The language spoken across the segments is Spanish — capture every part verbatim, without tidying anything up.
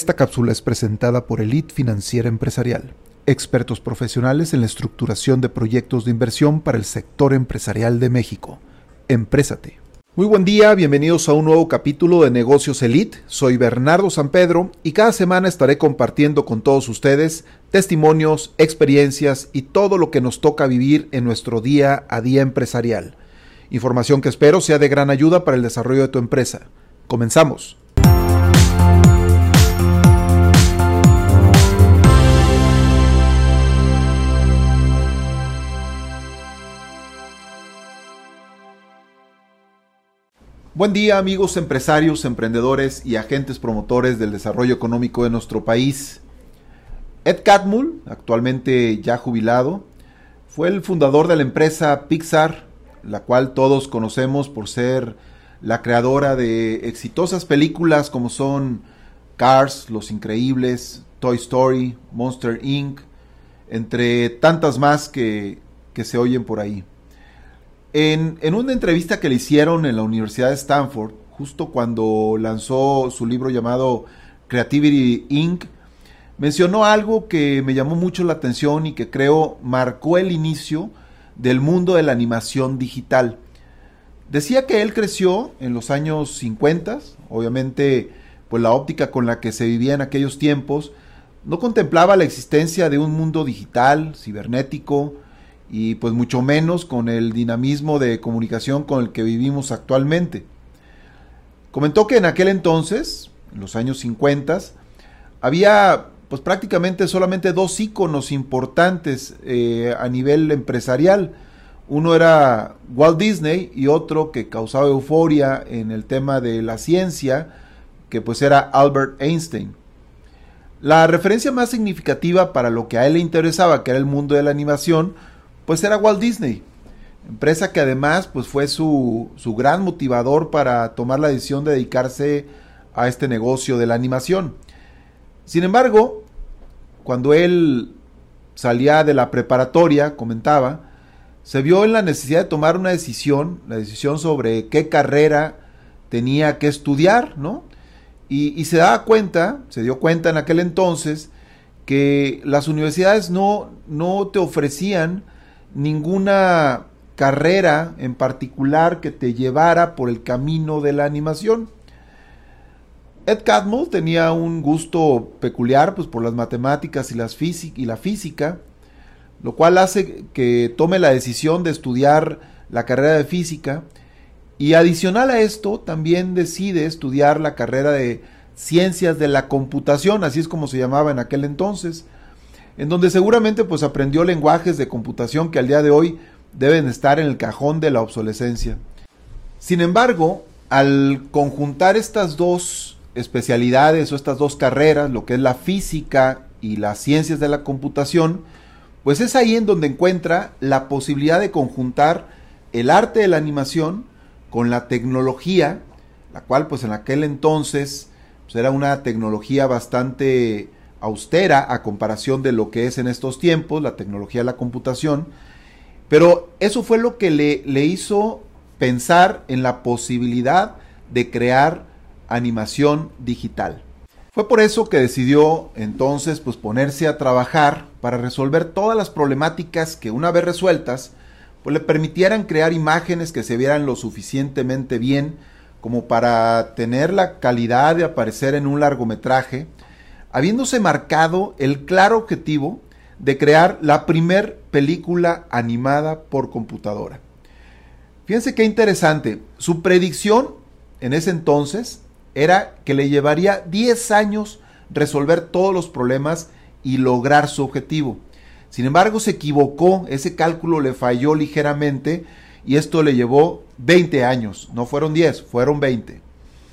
Esta cápsula es presentada por Elite Financiera Empresarial, expertos profesionales en la estructuración de proyectos de inversión para el sector empresarial de México. Emprésate. Muy buen día, bienvenidos a un nuevo capítulo de Negocios Elite. Soy Bernardo Sampedro y cada semana estaré compartiendo con todos ustedes testimonios, experiencias y todo lo que nos toca vivir en nuestro día a día empresarial. Información que espero sea de gran ayuda para el desarrollo de tu empresa. Comenzamos. Buen día amigos empresarios, emprendedores y agentes promotores del desarrollo económico de nuestro país. Ed Catmull, actualmente ya jubilado, fue el fundador de la empresa Pixar, la cual todos conocemos por ser la creadora de exitosas películas como son Cars, Los Increíbles, Toy Story, Monster incorporated, entre tantas más que, que se oyen por ahí. En, en una entrevista que le hicieron en la Universidad de Stanford, justo cuando lanzó su libro llamado Creativity incorporated, mencionó algo que me llamó mucho la atención y que creo marcó el inicio del mundo de la animación digital. Decía que él creció en los años cincuenta, obviamente pues la óptica con la que se vivía en aquellos tiempos no contemplaba la existencia de un mundo digital, cibernético, y pues mucho menos con el dinamismo de comunicación con el que vivimos actualmente. Comentó que en aquel entonces, en los años cincuenta, había pues prácticamente solamente dos íconos importantes eh, a nivel empresarial. Uno era Walt Disney y otro que causaba euforia en el tema de la ciencia, que pues era Albert Einstein. La referencia más significativa para lo que a él le interesaba, que era el mundo de la animación, pues era Walt Disney, empresa que además pues fue su, su gran motivador para tomar la decisión de dedicarse a este negocio de la animación. Sin embargo, cuando él salía de la preparatoria, comentaba, se vio en la necesidad de tomar una decisión, la decisión sobre qué carrera tenía que estudiar, ¿no? Y, y se daba cuenta, se dio cuenta en aquel entonces, que las universidades no, no te ofrecían ninguna carrera en particular que te llevara por el camino de la animación. Ed Catmull tenía un gusto peculiar pues, por las matemáticas y, las física, y la física, lo cual hace que tome la decisión de estudiar la carrera de física y adicional a esto también decide estudiar la carrera de ciencias de la computación, así es como se llamaba en aquel entonces, en donde seguramente pues aprendió lenguajes de computación que al día de hoy deben estar en el cajón de la obsolescencia. Sin embargo, al conjuntar estas dos especialidades o estas dos carreras, lo que es la física y las ciencias de la computación, pues es ahí en donde encuentra la posibilidad de conjuntar el arte de la animación con la tecnología, la cual pues en aquel entonces pues, era una tecnología bastante austera a comparación de lo que es en estos tiempos, la tecnología de la computación, pero eso fue lo que le, le hizo pensar en la posibilidad de crear animación digital. Fue por eso que decidió entonces pues ponerse a trabajar para resolver todas las problemáticas que una vez resueltas pues le permitieran crear imágenes que se vieran lo suficientemente bien como para tener la calidad de aparecer en un largometraje, habiéndose marcado el claro objetivo de crear la primer película animada por computadora. Fíjense qué interesante, su predicción en ese entonces era que le llevaría diez años resolver todos los problemas y lograr su objetivo. Sin embargo, se equivocó, ese cálculo le falló ligeramente y esto le llevó veinte años, no fueron diez, fueron veinte.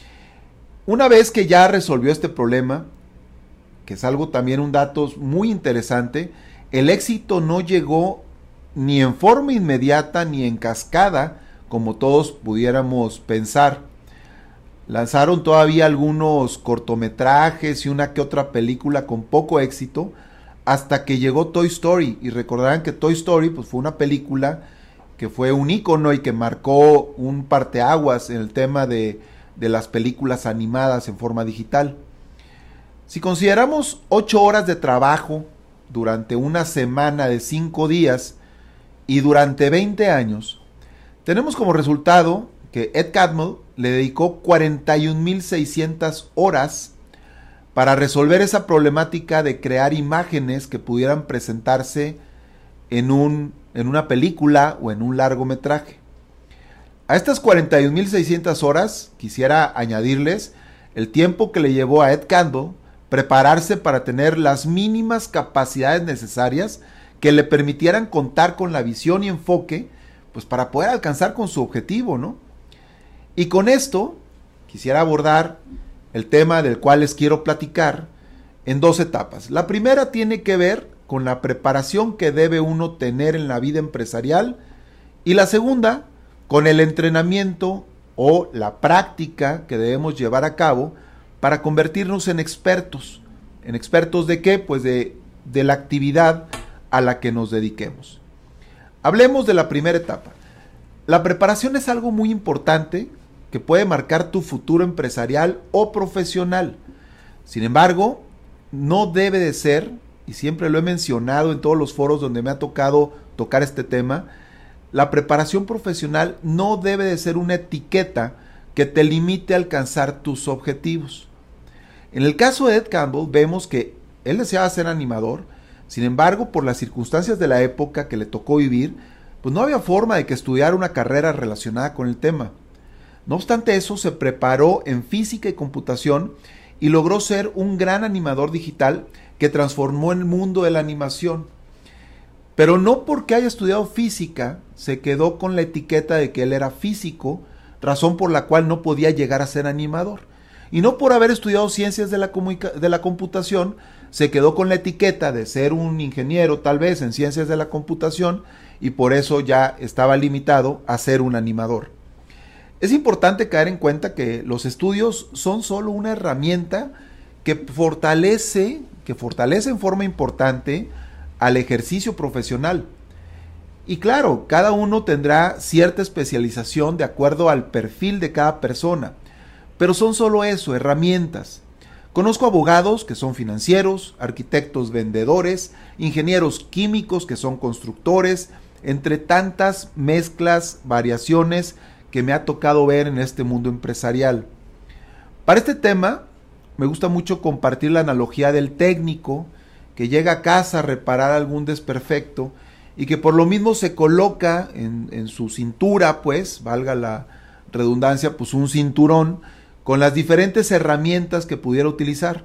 Una vez que ya resolvió este problema, que es algo también un dato muy interesante, el éxito no llegó ni en forma inmediata ni en cascada, como todos pudiéramos pensar. Lanzaron todavía algunos cortometrajes y una que otra película con poco éxito, hasta que llegó Toy Story, y recordarán que Toy Story pues, fue una película que fue un ícono y que marcó un parteaguas en el tema de, de las películas animadas en forma digital. Si consideramos ocho horas de trabajo durante una semana de cinco días y durante veinte años, tenemos como resultado que Ed Catmull le dedicó cuarenta y un mil seiscientas horas para resolver esa problemática de crear imágenes que pudieran presentarse en, un, en una película o en un largometraje. A estas cuarenta y un mil seiscientas horas quisiera añadirles el tiempo que le llevó a Ed Catmull prepararse para tener las mínimas capacidades necesarias que le permitieran contar con la visión y enfoque, pues para poder alcanzar con su objetivo, ¿no? Y con esto quisiera abordar el tema del cual les quiero platicar en dos etapas. La primera tiene que ver con la preparación que debe uno tener en la vida empresarial y la segunda con el entrenamiento o la práctica que debemos llevar a cabo para convertirnos en expertos. ¿En expertos de qué? Pues de, de la actividad a la que nos dediquemos. Hablemos de la primera etapa. La preparación es algo muy importante que puede marcar tu futuro empresarial o profesional. Sin embargo, no debe de ser, y siempre lo he mencionado en todos los foros donde me ha tocado tocar este tema, la preparación profesional no debe de ser una etiqueta que te limite a alcanzar tus objetivos. En el caso de Ed Catmull vemos que él deseaba ser animador, sin embargo, por las circunstancias de la época que le tocó vivir, pues no había forma de que estudiara una carrera relacionada con el tema. No obstante eso, se preparó en física y computación y logró ser un gran animador digital que transformó el mundo de la animación. Pero no porque haya estudiado física, se quedó con la etiqueta de que él era físico, razón por la cual no podía llegar a ser animador. Y no por haber estudiado ciencias de la, de la computación, se quedó con la etiqueta de ser un ingeniero tal vez en ciencias de la computación y por eso ya estaba limitado a ser un animador. Es importante caer en cuenta que los estudios son solo una herramienta que fortalece, que fortalece en forma importante al ejercicio profesional. Y claro, cada uno tendrá cierta especialización de acuerdo al perfil de cada persona, pero son solo eso, herramientas. Conozco abogados que son financieros, arquitectos vendedores, ingenieros químicos que son constructores, entre tantas mezclas, variaciones que me ha tocado ver en este mundo empresarial. Para este tema, me gusta mucho compartir la analogía del técnico que llega a casa a reparar algún desperfecto y que por lo mismo se coloca en, en su cintura, pues, valga la redundancia, pues un cinturón con las diferentes herramientas que pudiera utilizar.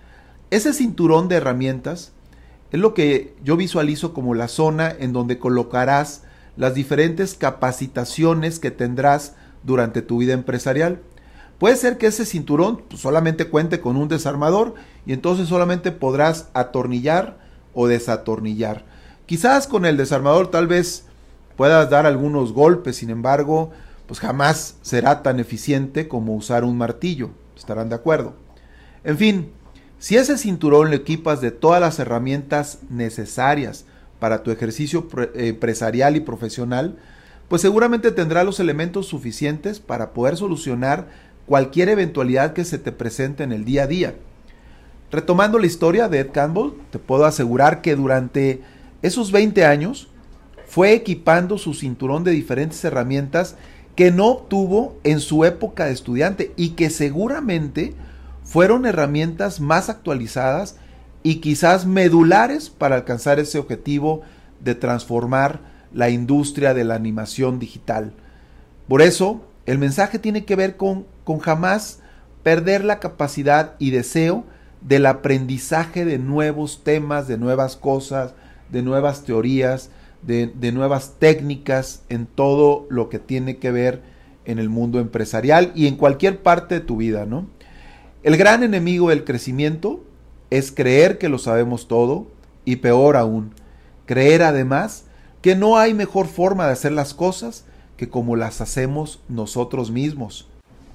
Ese cinturón de herramientas es lo que yo visualizo como la zona en donde colocarás las diferentes capacitaciones que tendrás durante tu vida empresarial. Puede ser que ese cinturón pues, solamente cuente con un desarmador y entonces solamente podrás atornillar o desatornillar. Quizás con el desarmador tal vez puedas dar algunos golpes, sin embargo, pues jamás será tan eficiente como usar un martillo. ¿Estarán de acuerdo? En fin, si ese cinturón lo equipas de todas las herramientas necesarias para tu ejercicio empresarial y profesional, pues seguramente tendrá los elementos suficientes para poder solucionar cualquier eventualidad que se te presente en el día a día. Retomando la historia de Ed Catmull, te puedo asegurar que durante esos veinte años fue equipando su cinturón de diferentes herramientas que no obtuvo en su época de estudiante y que seguramente fueron herramientas más actualizadas y quizás medulares para alcanzar ese objetivo de transformar la industria de la animación digital. Por eso, el mensaje tiene que ver con, con jamás perder la capacidad y deseo del aprendizaje de nuevos temas, de nuevas cosas, de nuevas teorías, de, de nuevas técnicas en todo lo que tiene que ver en el mundo empresarial y en cualquier parte de tu vida, ¿no? El gran enemigo del crecimiento es creer que lo sabemos todo y peor aún, creer además que no hay mejor forma de hacer las cosas que como las hacemos nosotros mismos.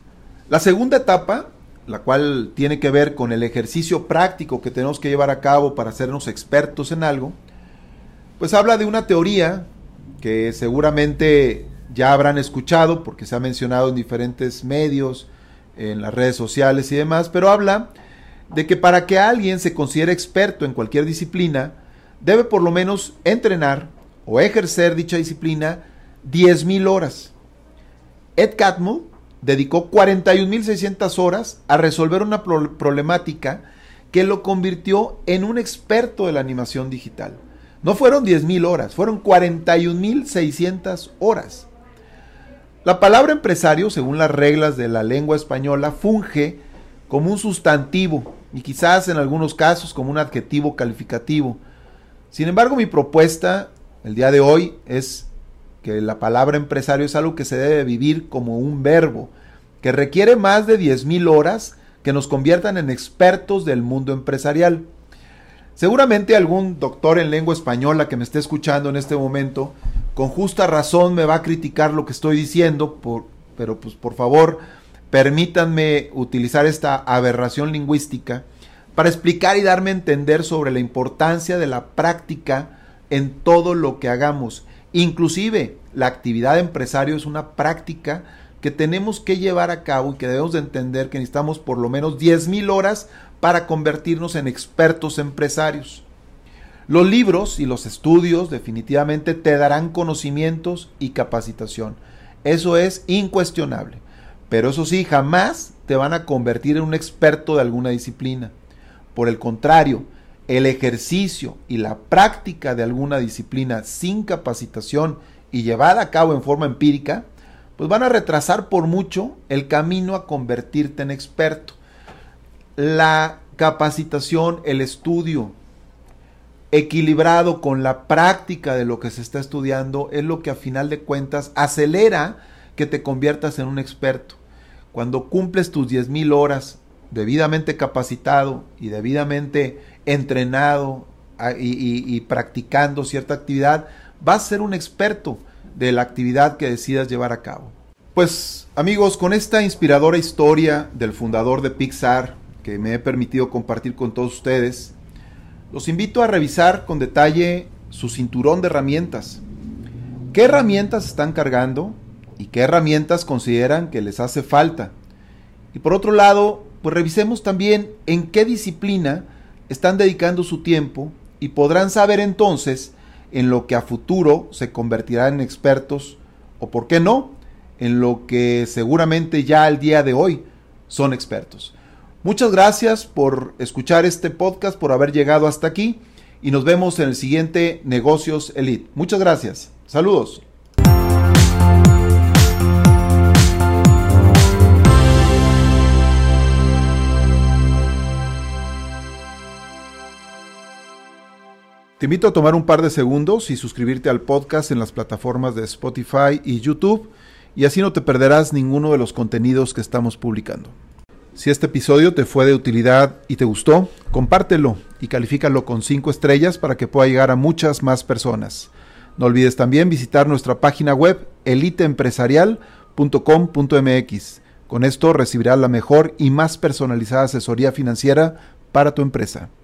La segunda etapa, la cual tiene que ver con el ejercicio práctico que tenemos que llevar a cabo para hacernos expertos en algo, pues habla de una teoría que seguramente ya habrán escuchado porque se ha mencionado en diferentes medios, en las redes sociales y demás, pero habla de que para que alguien se considere experto en cualquier disciplina, debe por lo menos entrenar o ejercer dicha disciplina diez mil horas. Ed Catmull dedicó cuarenta y un mil seiscientas horas a resolver una pro- problemática que lo convirtió en un experto de la animación digital. No fueron diez mil horas, fueron cuarenta y un mil seiscientas horas. La palabra empresario, según las reglas de la lengua española, funge como un sustantivo y quizás en algunos casos como un adjetivo calificativo. Sin embargo, mi propuesta el día de hoy es que la palabra empresario es algo que se debe vivir como un verbo, que requiere más de diez mil horas que nos conviertan en expertos del mundo empresarial. Seguramente algún doctor en lengua española que me esté escuchando en este momento, con justa razón me va a criticar lo que estoy diciendo, por, pero pues por favor, permítanme utilizar esta aberración lingüística para explicar y darme a entender sobre la importancia de la práctica en todo lo que hagamos. Inclusive, la actividad de empresario es una práctica que tenemos que llevar a cabo y que debemos de entender que necesitamos por lo menos diez mil horas para convertirnos en expertos empresarios. Los libros y los estudios definitivamente te darán conocimientos y capacitación. Eso es incuestionable. Pero eso sí, jamás te van a convertir en un experto de alguna disciplina. Por el contrario, el ejercicio y la práctica de alguna disciplina sin capacitación y llevada a cabo en forma empírica, pues van a retrasar por mucho el camino a convertirte en experto. La capacitación, el estudio equilibrado con la práctica de lo que se está estudiando es lo que a final de cuentas acelera que te conviertas en un experto. Cuando cumples tus diez mil horas debidamente capacitado y debidamente entrenado y, y, y practicando cierta actividad, vas a ser un experto de la actividad que decidas llevar a cabo. Pues amigos, con esta inspiradora historia del fundador de Pixar que me he permitido compartir con todos ustedes, los invito a revisar con detalle su cinturón de herramientas. ¿Qué herramientas están cargando y qué herramientas consideran que les hace falta? Y por otro lado, pues revisemos también en qué disciplina están dedicando su tiempo y podrán saber entonces en lo que a futuro se convertirán en expertos o, por qué no, en lo que seguramente ya al día de hoy son expertos. Muchas gracias por escuchar este podcast, por haber llegado hasta aquí y nos vemos en el siguiente Negocios Elite. Muchas gracias. Saludos. Te invito a tomar un par de segundos y suscribirte al podcast en las plataformas de Spotify y YouTube, y así no te perderás ninguno de los contenidos que estamos publicando. Si este episodio te fue de utilidad y te gustó, compártelo y califícalo con cinco estrellas para que pueda llegar a muchas más personas. No olvides también visitar nuestra página web elite empresarial punto com punto m x. Con esto recibirás la mejor y más personalizada asesoría financiera para tu empresa.